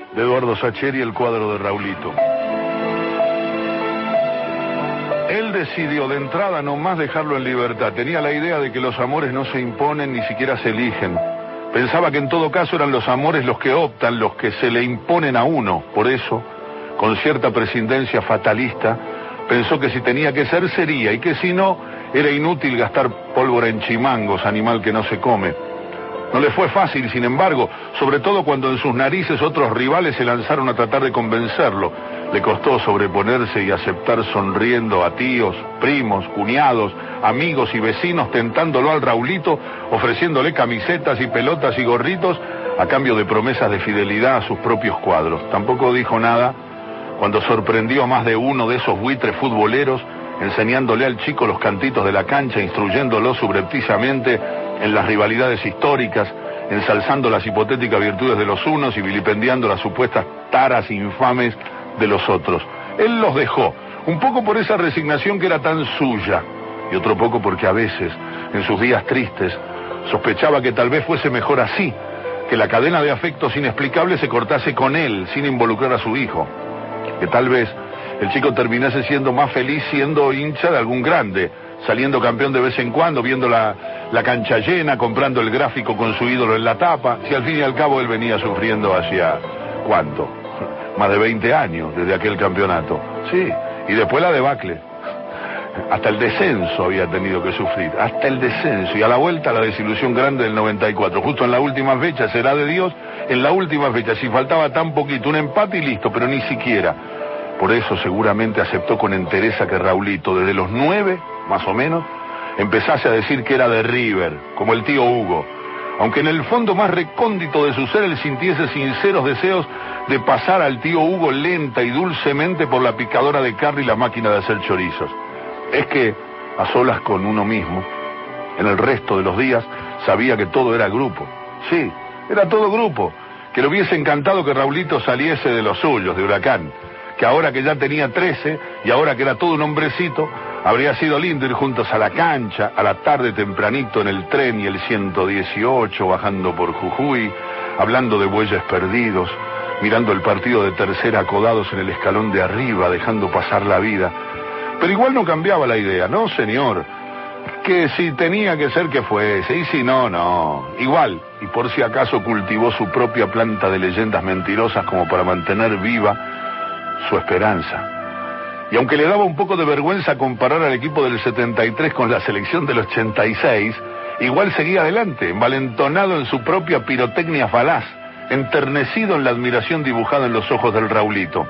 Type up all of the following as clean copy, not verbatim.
de Eduardo Sacheri, el cuadro de Raulito. Él decidió de entrada nomás dejarlo en libertad. Tenía la idea de que los amores no se imponen, ni siquiera se eligen. Pensaba que en todo caso eran los amores los que optan, los que se le imponen a uno. Por eso, con cierta prescindencia fatalista, pensó que si tenía que ser, sería, y que si no, era inútil gastar pólvora en chimangos, animal que no se come. No le fue fácil, sin embargo, sobre todo cuando en sus narices otros rivales se lanzaron a tratar de convencerlo. Le costó sobreponerse y aceptar sonriendo a tíos, primos, cuñados, amigos y vecinos, tentándolo al Raulito, ofreciéndole camisetas y pelotas y gorritos a cambio de promesas de fidelidad a sus propios cuadros. Tampoco dijo nada cuando sorprendió a más de uno de esos buitres futboleros, enseñándole al chico los cantitos de la cancha, instruyéndolo subrepticiamente en las rivalidades históricas, ensalzando las hipotéticas virtudes de los unos y vilipendiando las supuestas taras infames de los otros. Él los dejó, un poco por esa resignación que era tan suya, y otro poco porque a veces, en sus días tristes, sospechaba que tal vez fuese mejor así, que la cadena de afectos inexplicables se cortase con él, sin involucrar a su hijo, que tal vez el chico terminase siendo más feliz siendo hincha de algún grande, saliendo campeón de vez en cuando, viendo la cancha llena, comprando el gráfico con su ídolo en la tapa, si al fin y al cabo él venía sufriendo hacia, ¿cuánto? Más de 20 años desde aquel campeonato. Sí, y después la debacle. Hasta el descenso había tenido que sufrir, hasta el descenso, y a la vuelta la desilusión grande del 94, justo en la última fecha, será de Dios, en la última fecha, si faltaba tan poquito, un empate y listo, pero ni siquiera. Por eso seguramente aceptó con entereza que Raulito, desde los 9, más o menos, empezase a decir que era de River, como el tío Hugo, aunque en el fondo más recóndito de su ser él sintiese sinceros deseos de pasar al tío Hugo lenta y dulcemente por la picadora de carne y la máquina de hacer chorizos. Es que, a solas con uno mismo, en el resto de los días, sabía que todo era grupo. Sí, era todo grupo, que le hubiese encantado que Raulito saliese de los suyos, de Huracán, que ahora que ya tenía 13 y ahora que era todo un hombrecito, habría sido lindo ir juntos a la cancha, a la tarde tempranito en el tren y el 118, bajando por Jujuy, hablando de bueyes perdidos, mirando el partido de tercera acodados en el escalón de arriba, dejando pasar la vida. Pero igual no cambiaba la idea, no señor, que si tenía que ser que fuese, y si no, no, igual, y por si acaso cultivó su propia planta de leyendas mentirosas como para mantener viva su esperanza. Y aunque le daba un poco de vergüenza comparar al equipo del 73 con la selección del 86, igual seguía adelante, envalentonado en su propia pirotecnia falaz, enternecido en la admiración dibujada en los ojos del Raulito.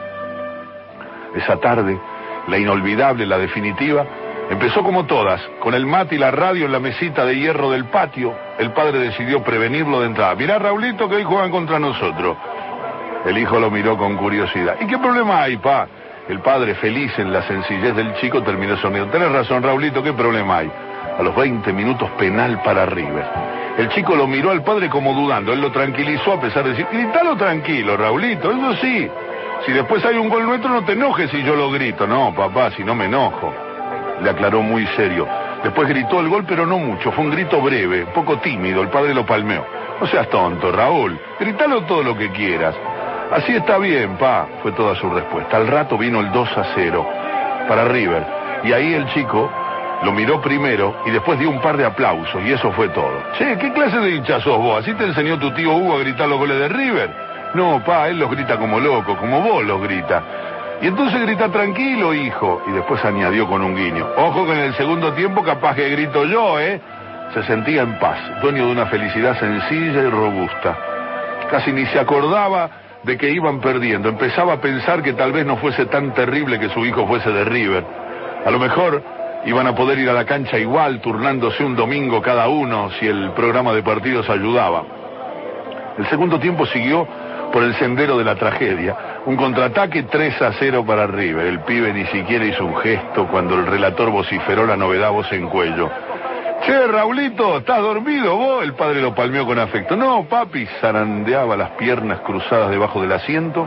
Esa tarde, la inolvidable, la definitiva, empezó como todas, con el mate y la radio en la mesita de hierro del patio. El padre decidió prevenirlo de entrada. Mirá, Raulito, que hoy juegan contra nosotros. El hijo lo miró con curiosidad. ¿Y qué problema hay, pa? El padre, feliz en la sencillez del chico, terminó sonriendo. Tenés razón, Raulito, ¿qué problema hay? A los 20 minutos, penal para River. El chico lo miró al padre como dudando. Él lo tranquilizó a pesar de decir, gritalo tranquilo, Raulito, eso sí. Si después hay un gol nuestro, no te enojes si yo lo grito. No, papá, si no me enojo. Le aclaró muy serio. Después gritó el gol, pero no mucho. Fue un grito breve, un poco tímido. El padre lo palmeó. No seas tonto, Raúl. Gritalo todo lo que quieras. Así está bien, pa, fue toda su respuesta. Al rato vino el 2-0 para River. Y ahí el chico lo miró primero y después dio un par de aplausos. Y eso fue todo. Che, ¿qué clase de hincha sos vos? ¿Así te enseñó tu tío Hugo a gritar los goles de River? No, pa, él los grita como loco, como vos los grita. Y entonces grita tranquilo, hijo. Y después añadió con un guiño. Ojo que en el segundo tiempo capaz que grito yo, ¿eh? Se sentía en paz, dueño de una felicidad sencilla y robusta. Casi ni se acordaba de que iban perdiendo. Empezaba a pensar que tal vez no fuese tan terrible que su hijo fuese de River. A lo mejor iban a poder ir a la cancha igual, turnándose un domingo cada uno, si el programa de partidos ayudaba. El segundo tiempo siguió por el sendero de la tragedia. Un contraataque 3-0 para River. El pibe ni siquiera hizo un gesto cuando el relator vociferó la novedad a voz en cuello. Che, Raulito, ¿estás dormido vos? El padre lo palmeó con afecto. No, papi, zarandeaba las piernas cruzadas debajo del asiento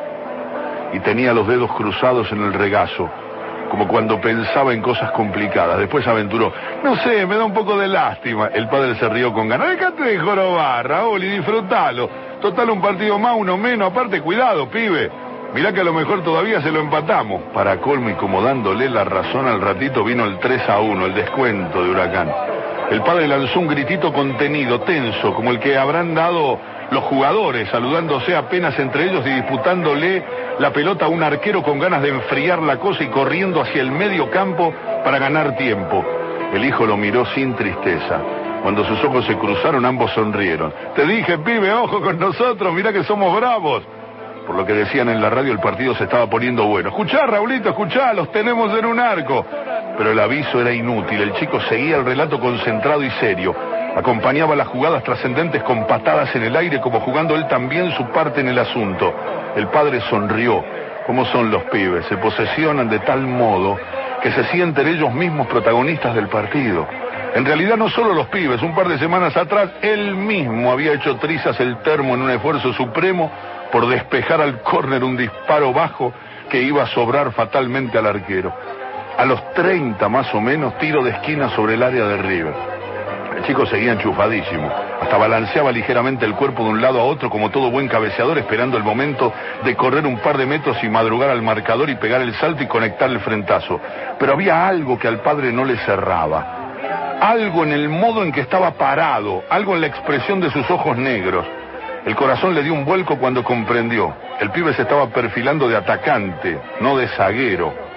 y tenía los dedos cruzados en el regazo, como cuando pensaba en cosas complicadas. Después aventuró. No sé, me da un poco de lástima. El padre se rió con ganas. Déjate de jorobar, Raúl, y disfrutalo. Total, un partido más, uno menos. Aparte, cuidado, pibe. Mirá que a lo mejor todavía se lo empatamos. Para colmo y como dándole la razón al ratito vino el 3-1, el descuento de Huracán. El padre lanzó un gritito contenido, tenso, como el que habrán dado los jugadores, saludándose apenas entre ellos y disputándole la pelota a un arquero con ganas de enfriar la cosa y corriendo hacia el medio campo para ganar tiempo. El hijo lo miró sin tristeza. Cuando sus ojos se cruzaron, ambos sonrieron. Te dije, pibe, ojo con nosotros, mirá que somos bravos. Por lo que decían en la radio, el partido se estaba poniendo bueno. Escuchá, Raulito, escuchá, los tenemos en un arco. Pero el aviso era inútil, el chico seguía el relato concentrado y serio. Acompañaba las jugadas trascendentes con patadas en el aire, como jugando él también su parte en el asunto. El padre sonrió. ¿Cómo son los pibes? Se posesionan de tal modo que se sienten ellos mismos protagonistas del partido. En realidad no solo los pibes, un par de semanas atrás él mismo había hecho trizas el termo en un esfuerzo supremo por despejar al córner un disparo bajo que iba a sobrar fatalmente al arquero. A los 30 más o menos, tiro de esquina sobre el área de River. El chico seguía enchufadísimo, hasta balanceaba ligeramente el cuerpo de un lado a otro como todo buen cabeceador, esperando el momento de correr un par de metros y madrugar al marcador y pegar el salto y conectar el frentazo. Pero había algo que al padre no le cerraba. Algo en el modo en que estaba parado, algo en la expresión de sus ojos negros. El corazón le dio un vuelco cuando comprendió. El pibe se estaba perfilando de atacante, no de zaguero.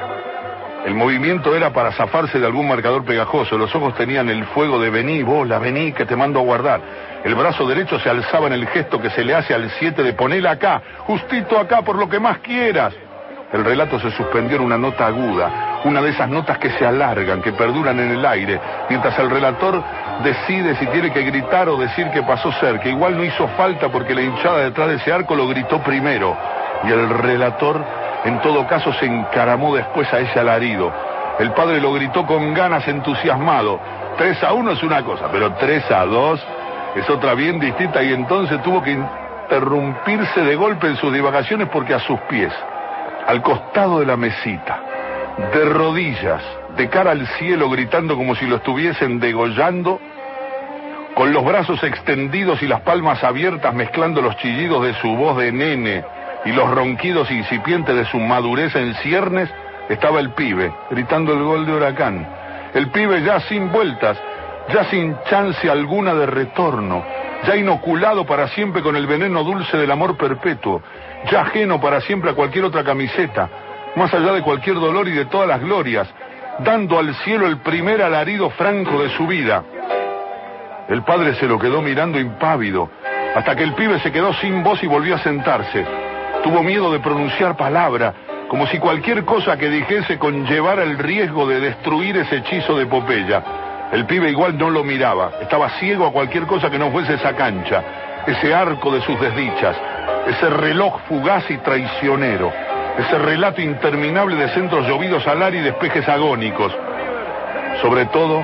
El movimiento era para zafarse de algún marcador pegajoso. Los ojos tenían el fuego de vení, bola, vení, que te mando a guardar. El brazo derecho se alzaba en el gesto que se le hace al 7 de ponela acá, justito acá, por lo que más quieras. El relato se suspendió en una nota aguda, una de esas notas que se alargan, que perduran en el aire, mientras el relator decide si tiene que gritar o decir que pasó cerca. Igual no hizo falta porque la hinchada detrás de ese arco lo gritó primero. Y el relator, en todo caso, se encaramó después a ese alarido. El padre lo gritó con ganas, entusiasmado. 3-1 es una cosa, pero 3-2 es otra bien distinta, y entonces tuvo que interrumpirse de golpe en sus divagaciones porque a sus pies, al costado de la mesita, de rodillas, de cara al cielo, gritando como si lo estuviesen degollando, con los brazos extendidos y las palmas abiertas, mezclando los chillidos de su voz de nene y los ronquidos incipientes de su madurez en ciernes, estaba el pibe, gritando el gol de Huracán. El pibe ya sin vueltas, ya sin chance alguna de retorno, ya inoculado para siempre con el veneno dulce del amor perpetuo, ya ajeno para siempre a cualquier otra camiseta, más allá de cualquier dolor y de todas las glorias, dando al cielo el primer alarido franco de su vida. El padre se lo quedó mirando impávido, hasta que el pibe se quedó sin voz y volvió a sentarse. Tuvo miedo de pronunciar palabra, como si cualquier cosa que dijese conllevara el riesgo de destruir ese hechizo de Pompeya. El pibe igual no lo miraba, estaba ciego a cualquier cosa que no fuese esa cancha, ese arco de sus desdichas, ese reloj fugaz y traicionero, ese relato interminable de centros llovidos al ar y despejes agónicos. Sobre todo,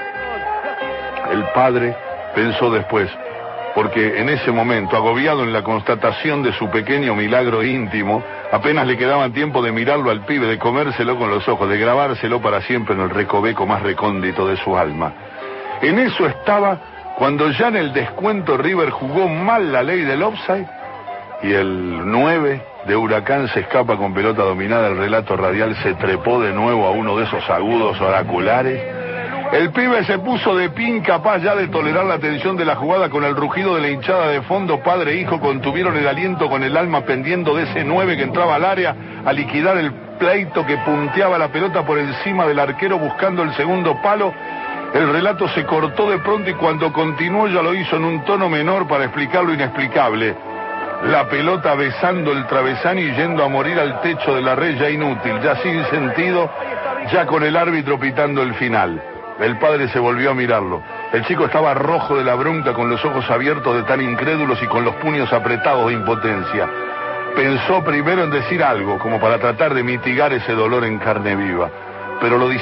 el padre pensó después, porque en ese momento, agobiado en la constatación de su pequeño milagro íntimo, apenas le quedaba tiempo de mirarlo al pibe, de comérselo con los ojos, de grabárselo para siempre en el recoveco más recóndito de su alma. En eso estaba cuando ya en el descuento River jugó mal la ley del offside y el 9 de Huracán se escapa con pelota dominada. El relato radial se trepó de nuevo a uno de esos agudos oraculares. El pibe se puso de pie, incapaz ya de tolerar la tensión de la jugada. Con el rugido de la hinchada de fondo, padre e hijo contuvieron el aliento, con el alma pendiendo de ese 9 que entraba al área a liquidar el pleito que punteaba la pelota por encima del arquero buscando el segundo palo. El relato se cortó de pronto y cuando continuó ya lo hizo en un tono menor para explicar lo inexplicable. La pelota besando el travesaño y yendo a morir al techo de la red, ya inútil, ya sin sentido, ya con el árbitro pitando el final. El padre se volvió a mirarlo. El chico estaba rojo de la bronca, con los ojos abiertos de tan incrédulos y con los puños apretados de impotencia. Pensó primero en decir algo, como para tratar de mitigar ese dolor en carne viva, pero lo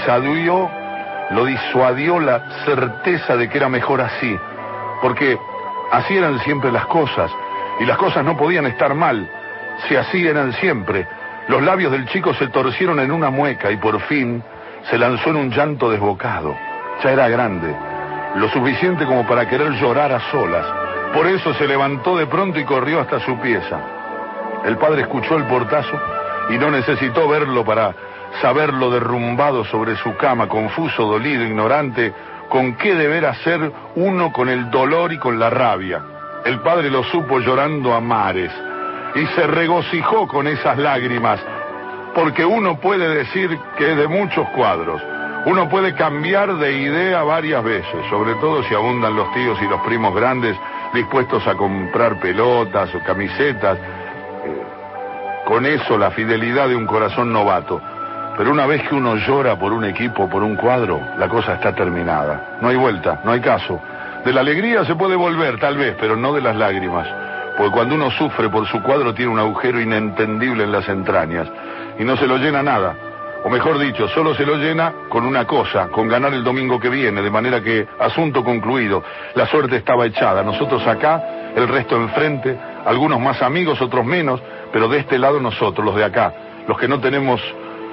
disuadió la certeza de que era mejor así, porque así eran siempre las cosas, y las cosas no podían estar mal, si así eran siempre. Los labios del chico se torcieron en una mueca y por fin se lanzó en un llanto desbocado. Ya era grande, lo suficiente como para querer llorar a solas, Por eso se levantó de pronto y corrió hasta su pieza. El padre escuchó el portazo y no necesitó verlo para saberlo derrumbado sobre su cama, confuso, dolido, ignorante, con qué deber hacer uno con el dolor y con la rabia. El padre lo supo llorando a mares y se regocijó con esas lágrimas, porque uno puede decir que es de muchos cuadros, uno puede cambiar de idea varias veces, sobre todo si abundan los tíos y los primos grandes dispuestos a comprar pelotas o camisetas, con eso la fidelidad de un corazón novato. Pero una vez que uno llora por un equipo, por un cuadro, la cosa está terminada. No hay vuelta, no hay caso. De la alegría se puede volver, tal vez, pero no de las lágrimas. Porque cuando uno sufre por su cuadro tiene un agujero inentendible en las entrañas. Y no se lo llena nada. O mejor dicho, solo se lo llena con una cosa, con ganar el domingo que viene. De manera que, asunto concluido, la suerte estaba echada. Nosotros acá, el resto enfrente, algunos más amigos, otros menos, pero de este lado nosotros, los de acá, los que no tenemos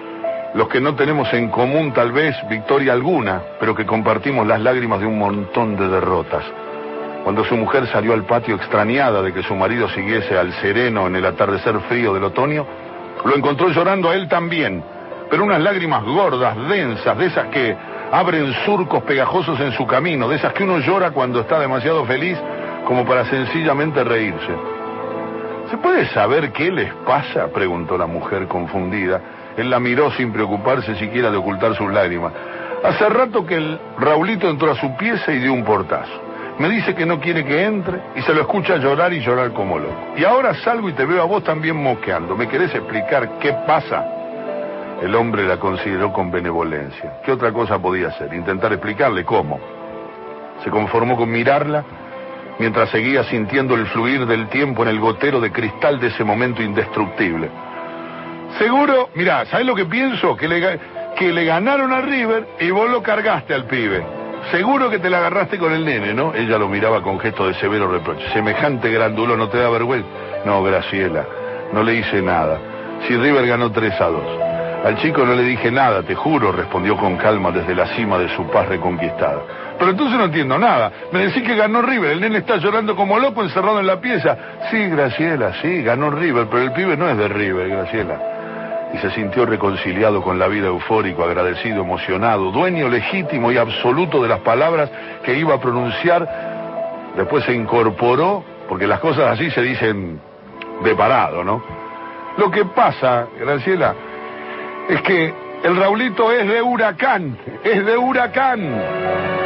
en común tal vez victoria alguna, pero que compartimos las lágrimas de un montón de derrotas. Cuando su mujer salió al patio extrañada de que su marido siguiese al sereno en el atardecer frío del otoño, lo encontró llorando a él también, pero unas lágrimas gordas, densas, de esas que abren surcos pegajosos en su camino, de esas que uno llora cuando está demasiado feliz como para sencillamente reírse. ¿Se puede saber qué les pasa?, preguntó la mujer confundida. Él la miró sin preocuparse siquiera de ocultar sus lágrimas. Hace rato que el Raulito entró a su pieza y dio un portazo. Me dice que no quiere que entre y se lo escucha llorar y llorar como loco. Y ahora salgo y te veo a vos también mosqueando. ¿Me querés explicar qué pasa? El hombre la consideró con benevolencia. ¿Qué otra cosa podía hacer? Intentar explicarle cómo. Se conformó con mirarla mientras seguía sintiendo el fluir del tiempo en el gotero de cristal de ese momento indestructible. Seguro, mirá, ¿sabés lo que pienso? Que le ganaron a River y vos lo cargaste al pibe. Seguro que te la agarraste con el nene, ¿no? Ella lo miraba con gesto de severo reproche. Semejante grandulo, ¿no te da vergüenza? No, Graciela, no le hice nada. Si River ganó 3-2. Al chico no le dije nada, te juro, respondió con calma desde la cima de su paz reconquistada. Pero entonces no entiendo nada. Me decís que ganó River, el nene está llorando como loco encerrado en la pieza. Sí, Graciela, sí, ganó River, pero el pibe no es de River, Graciela. Y se sintió reconciliado con la vida, eufórico, agradecido, emocionado, dueño legítimo y absoluto de las palabras que iba a pronunciar. Después se incorporó, porque las cosas así se dicen de parado, ¿no? Lo que pasa, Graciela, es que el Raulito es de Huracán, es de Huracán.